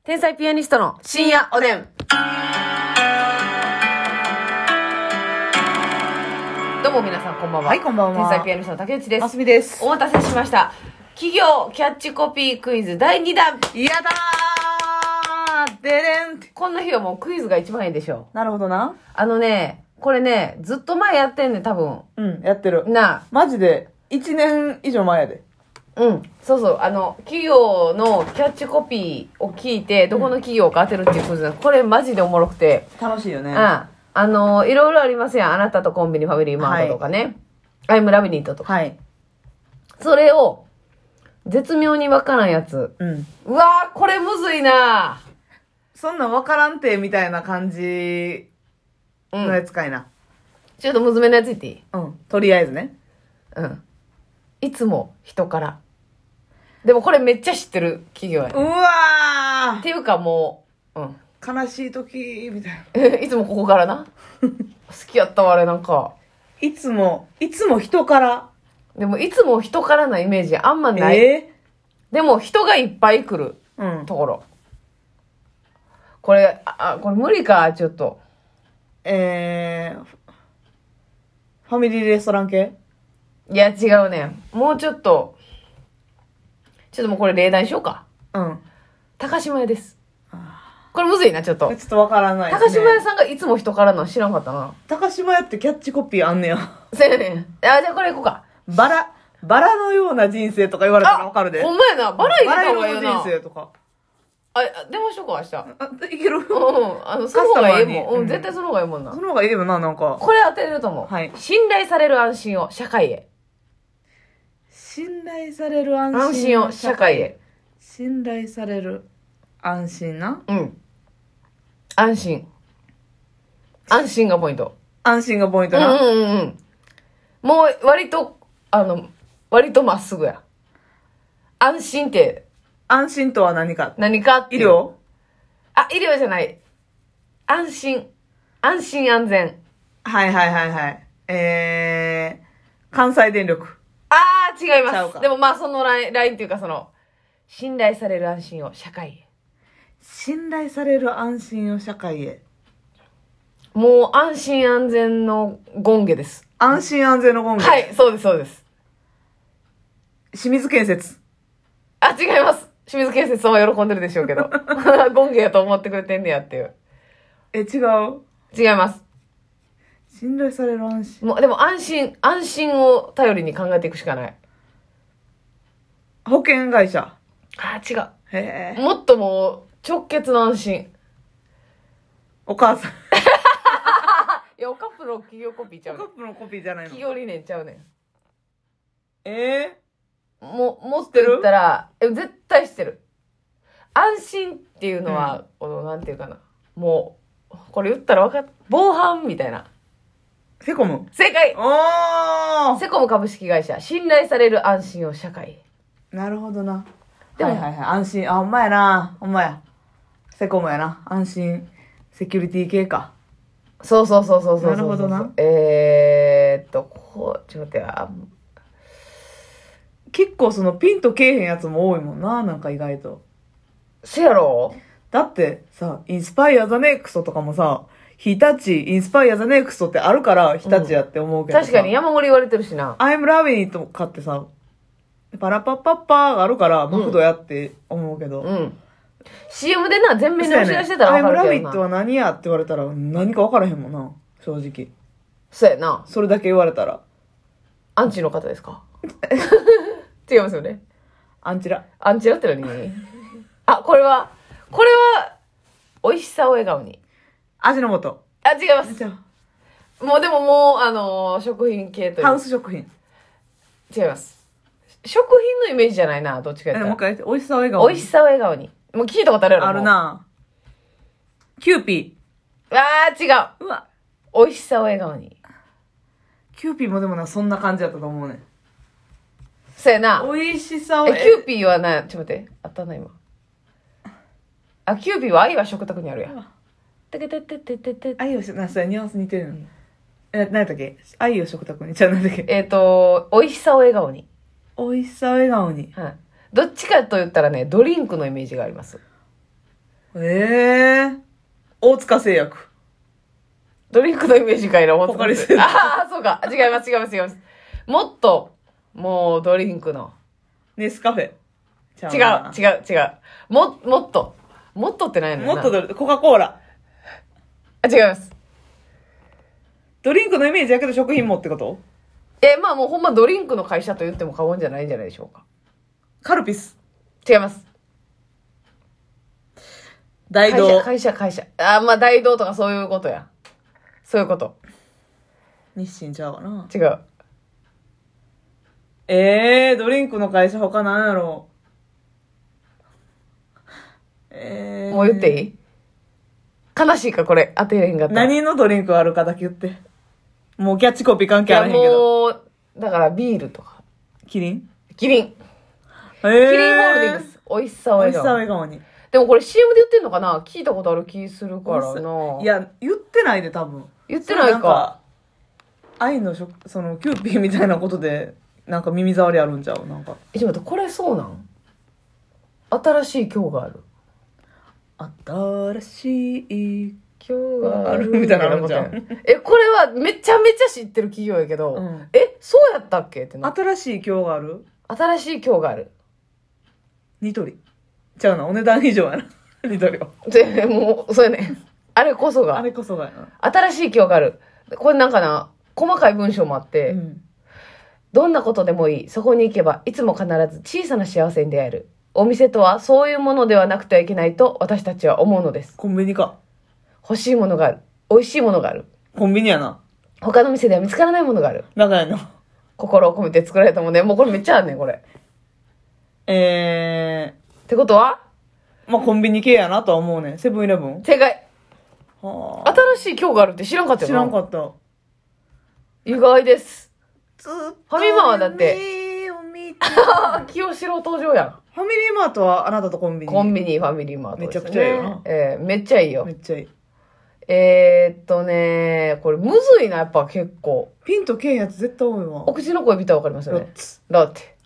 天才ピアニストの深夜おでん。どうも皆さんこんばんは。 はい、こんばんは。 天才ピアニストの竹内です。 ますみです。 お待たせしました。企業キャッチコピークイズ第2弾。 やだーでれんって。 こんな日はもうクイズが一番いいでしょ。 なるほどな。 これね、ずっと前やってんねん、多分。 うん、やってる。 なあ。 マジで、1年以上前やで。 うん。そうそう。企業のキャッチコピーを聞いて、どこの企業か当てるっていうクイズなんです。これマジでおもろくて。 楽しいよね。 うん。いろいろありますやん。あなたとコンビニファミリーマートとかね。アイムラビニットとか。 はい。 それを、絶妙にわからんやつ。 うん。 うわー、これむずいなそんなんわからんて、みたいな感じのやつかいな。 ちょっとむずめのやつ言っていい？ うん。とりあえずね。 うん。いつも人から。でもこれめっちゃ知ってる企業やね。 うわっていうかもう、 ー悲しい時、みたいな。 いつもここからな。好きやったわ、あれなんか。 いつも人から。 でもいつも人からなイメージあんまない。でも人がいっぱい来るところ。これ無理か、ちょっと。 ファミリーレストラン系？ いや、違うね。もうちょっともうこれ例題しようか。 うん。 高島屋です。これむずいな、ちょっと。 ちょっとわからないですね。 高島屋さんがいつも人からの知らんかったな。 高島屋ってキャッチコピーあんねや。 そうやねん。じゃあこれいこうか。 バラのような人生とか言われたらわかるで。 ほんまやな。バラ入れた方がいいよな。 バラ色の人生とか。 電話しようか、明日。 いける？ その方がいいもん。絶対その方がいいもんな。 その方がいいよな、なんか。 これ当てれると思う。 はい。 信頼される安心を社会へ。 信頼される安心を社会へ。 信頼される安心な。 うん。安心がポイント。 安心がポイントな。 もう割とまっすぐや。安心って。 安心とは何かって医療？医療じゃない。安心安全。 はい。関西電力。 違います。でもそのラインっていうか信頼される安心を社会へ。 信頼される安心を社会へ。 もう安心安全の権下です。 安心安全の権下。 はい、そうです。 清水建設。 違います。清水建設は喜んでるでしょうけど。権下やと思ってくれてんねやっていう。 違う？ 違います。 信頼される安心。 でも安心を頼りに考えていくしかない。 保険会社。 違う。 へえ。 もっともう、直結の安心。 お母さん。 いや、オカップの企業コピーちゃうねん。 オカップのコピーじゃないの？ 企業理念ちゃうねん。もっと言ったら、絶対してる。安心っていうのは、なんていうかな。もう、これ言ったら分かった。防犯みたいな。 セコム。 正解！セコム株式会社。信頼される安心を社会へ。 なるほどな。 でも安心。ほんまやな。ほんまや。セコムやな。安心。セキュリティ系か。 そう。なるほどな。 ちょっと待ってや。 結構ピンとけえへんやつも多いもんな。なんか意外と。 せやろ？ だってさ、インスパイアザネクストとかもさ、日立、インスパイアザネクストってあるから日立やって思うけどさ、 確かに山盛り言われてるしな。 アイムラビニとかってさ、パラパッパッパーがあるからマクドやって思うけど。 CM でな、全面で押し出してたら分かるけどな。 アイムラビットは何やって言われたら何か分からへんもんな。正直。 そうやな。 それだけ言われたら。 アンチの方ですか？違いますよね。 アンチラって何？これは、美味しさを笑顔に。 味の素。 違います。もう、食品系という。 ハウス食品。 違います。食品のイメージじゃないな、どっちか言ったら。 もう一回言って、美味しさを笑顔に。 美味しさを笑顔に。もう聞いたことあるやろ？ あるな。キューピー。違う。 うわ。 美味しさを笑顔に。 キューピーもでもな、そんな感じだったと思うね。 そうやな。 美味しさを。 キューピーはな、ちょっと待って。あったな、今。キューピーは愛は食卓にあるやん。 愛をな、それニュアンス似てるの。何だっけ？愛を食卓に。じゃあ何だっけ？ 美味しさを笑顔に。 美味しさを笑顔に。 はい。どっちかと言ったらね、ドリンクのイメージがあります。 大塚製薬。 ドリンクのイメージかいな、 ポカリスエットああ、そうか。違います。もっと、もうドリンクの。 ネスカフェ。 違う。もっとって何やねんな。 もっとコカ・コーラ。 あ、違います。 ドリンクのイメージやけど食品もってこと？ まあもうほんまドリンクの会社と言っても過言じゃないんじゃないでしょうか。 カルピス。 違います。 大道。 会社。まあ大道とかそういうことや。そういうこと。 日清ちゃうかな。 違う。 ドリンクの会社他なんやろもう言っていい？悲しいかこれ当てれへんかった。 何のドリンクあるかだけ言って。もうキャッチコピー関係あらへんけど。 もう、だからビールとか。 キリン。 キリンホールディングス。美味しさを美味しさを笑顔。 笑顔に。 でもこれ CM で言ってんのかな？聞いたことある気するからな。 いや、言ってないで多分。 言ってないか。 愛のそのキューピーみたいなことで、なんか耳障りあるんちゃうなんか。 ちょっと待って、これそうなん？新しい今日がある。 新しい今日があるみたいなのあるんじゃん。 これはめちゃめちゃ知ってる企業やけど、そうやったっけってな。 新しい今日がある？ 新しい今日がある。 ニトリ。ちゃうな、お値段以上やな。ニトリは。 もう、そうやね。あれこそが。 あれこそがやな。 新しい今日がある。これなんかな、細かい文章もあって、どんなことでもいい。そこに行けば、いつも必ず小さな幸せに出会える。お店とはそういうものではなくてはいけないと私たちは思うのです。 コンビニか。 欲しいものがある。美味しいものがある。 コンビニやな。 他の店では見つからないものがある。 だからの。 心を込めて作られたもんね。もうこれめっちゃあんねん、これ。ってことは？ まあ、コンビニ系やなとは思うね。セブンイレブン？ 正解。 はあ。 新しい今日があるって知らんかったよな。 知らんかった。 意外です。 ずっとファミマはだって。清志郎登場やん。 ファミリーマートはあなたとコンビニ。 コンビニ、ファミリーマート、 めちゃくちゃいいよな。 めっちゃいいよ。 めっちゃいい。 これむずいな、やっぱ結構。 ピンとけえやつ絶対多いわ。 お口の恋人はわかりますよね。ロッテ。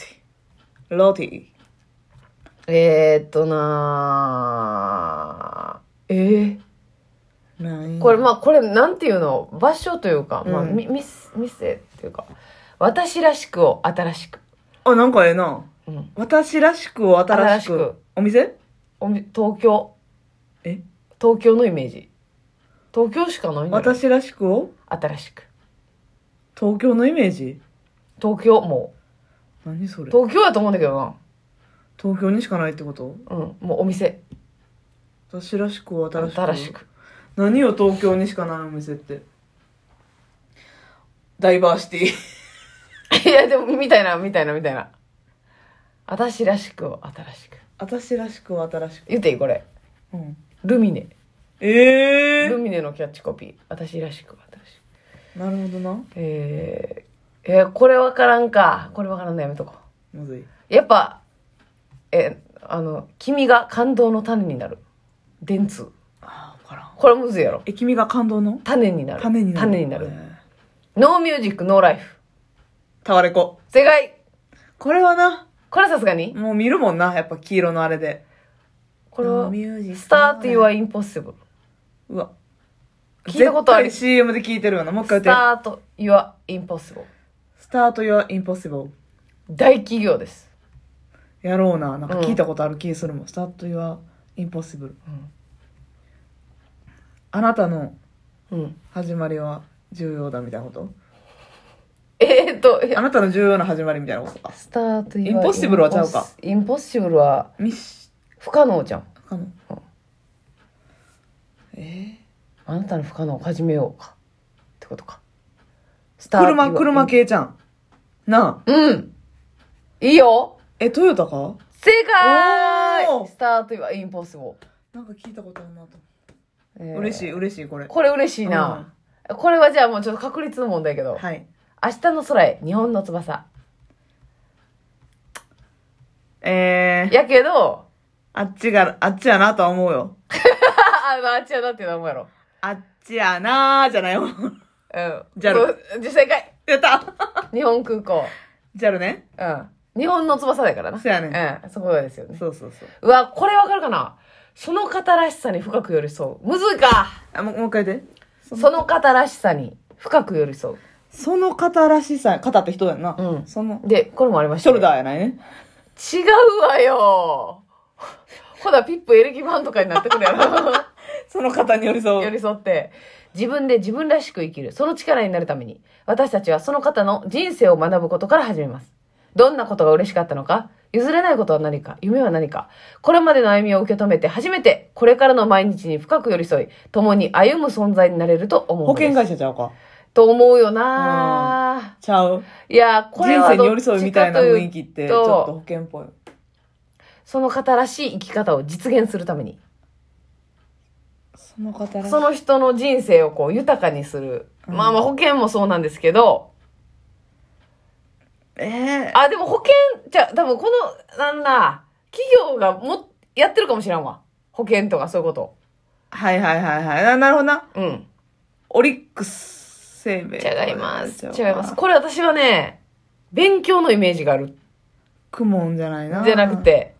これ、まあ、これ、なんていうの、場所というか、まあ、店っていうか、私らしくを新しく。 あ、なんかええな。私らしくを新しく。お店？ 東京。東京のイメージ。東京しかないんだよ。 私らしくを新しく。 東京のイメージ？ 東京、もう。何それ？ 東京やと思うんだけどな。 東京にしかないってこと？ もうお店。 私らしくを新しく。 新しく。 何よ、東京にしかないお店って。ダイバーシティ。 いや、でも、みたいな。私らしくを新しく。 私らしくを新しく。 言っていいこれ。ルミネ。ルミネのキャッチコピー。私らしくを新しく。なるほどな。これわからんか。これわからんのやめとこう。むずい。 やっぱ、君が感動の種になる。電通。これむずいやろ。 君が感動の種になる。 種になる。 ノーミュージック、ノーライフ。 タワレコ。 正解。 これはな。 これさすがにもう見るもんな。やっぱ黄色のあれで。 これは、スタート・ユア・インポッシブル。 うわ。 聞いたことある。 絶対 CM で聞いてるよな。もう一回言って。 スタート・ユア・インポッシブル。 スタート・ユア・インポッシブル。 大企業です。 やろうな。なんか聞いたことある気するもん。スタート・ユア・インポッシブル。あなたの始まりは重要だみたいなこと？あなたの重要な始まりみたいなことか。 スタートインポッシブルはちゃうか。 インポッシブルは不可能じゃん。 不可能。 あなたの不可能を始めようかってことか。 車系じゃん。なあ。 いいよ。 トヨタか？ 正解。スタートはインポッシブル。 なんか聞いたことあるなと。嬉しいこれ。 これ嬉しいな。これはじゃあもうちょっと確率の問題けど。 はい。 明日の空へ日本の翼。やけど、 あっちやなとは思うよ。 あっちやなっていうのは思うやろ。 あっちやなーじゃないよ。 JAL。正解。 やった日本空港。 JAL ね。 日本の翼だからな。 そうやね。 そこですよね。 そう。 うわ、これわかるかな？ その方らしさに深く寄り添う。むずいか。 もう一回で。 その方らしさに深く寄り添う。 その方らしさ、肩って人やんな。 うん。 その、 で、これもありました、 ショルダーやないね。 違うわよ。ほら、ピップエレキバンとかになってくるやろ。 その方に寄り添う。 寄り添って、自分で自分らしく生きる。その力になるために、私たちはその方の人生を学ぶことから始めます。どんなことが嬉しかったのか、譲れないことは何か、夢は何か、これまでの歩みを受け止めて、初めてこれからの毎日に深く寄り添い、共に歩む存在になれると思う保のです。 険会社ちゃうか。 と思うよな、 ちゃう。 いや、これは人生に寄り添うみたいな雰囲気って、ちょっと保険っぽい。 その方らしい生き方を実現するために。 その方らしい。 その人の人生をこう豊かにする。まあまあ保険もそうなんですけど、あ、でも保険、じゃあ多分この、なんだ、企業がやってるかもしれんわ。保険とかそういうこと。 はいはいはいはい。なるほどな。 うん。 オリックス生命。 違います。違います。これ私はね、勉強のイメージがある。 クモンじゃないな。 じゃなくて。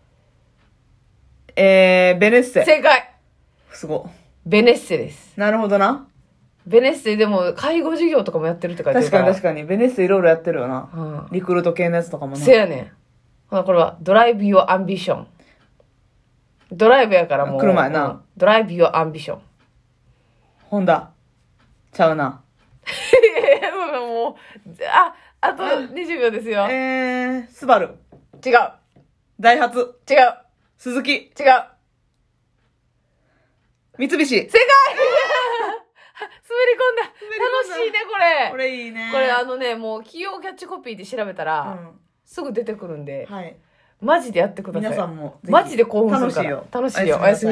ベネッセ。 正解。 すご。 ベネッセです。 なるほどな。 ベネッセでも介護事業とかもやってるって書いてる確か。 からに確かに。ベネッセいろいろやってるよな。 うん。 リクルート系のやつとかもな。 せやねん。ほな、これは、ドライブ・ユア・アンビション。ドライブやからもう。 車やな。 うん、ドライブ・ユア・アンビション。 ホンダ。ちゃうな。 もう、あと20秒ですよ。 スバル。 違う。 ダイハツ。 違う。 鈴木。 違う。 三菱。 正解滑り込んだ。楽しいね、これ。 これいいね。 これもう、企業キャッチコピーで調べたら、すぐ出てくるんで、 はい。 マジでやってください。 皆さんも。 マジで興奮するから。 楽しいよ。 楽しいよ。おやすみ。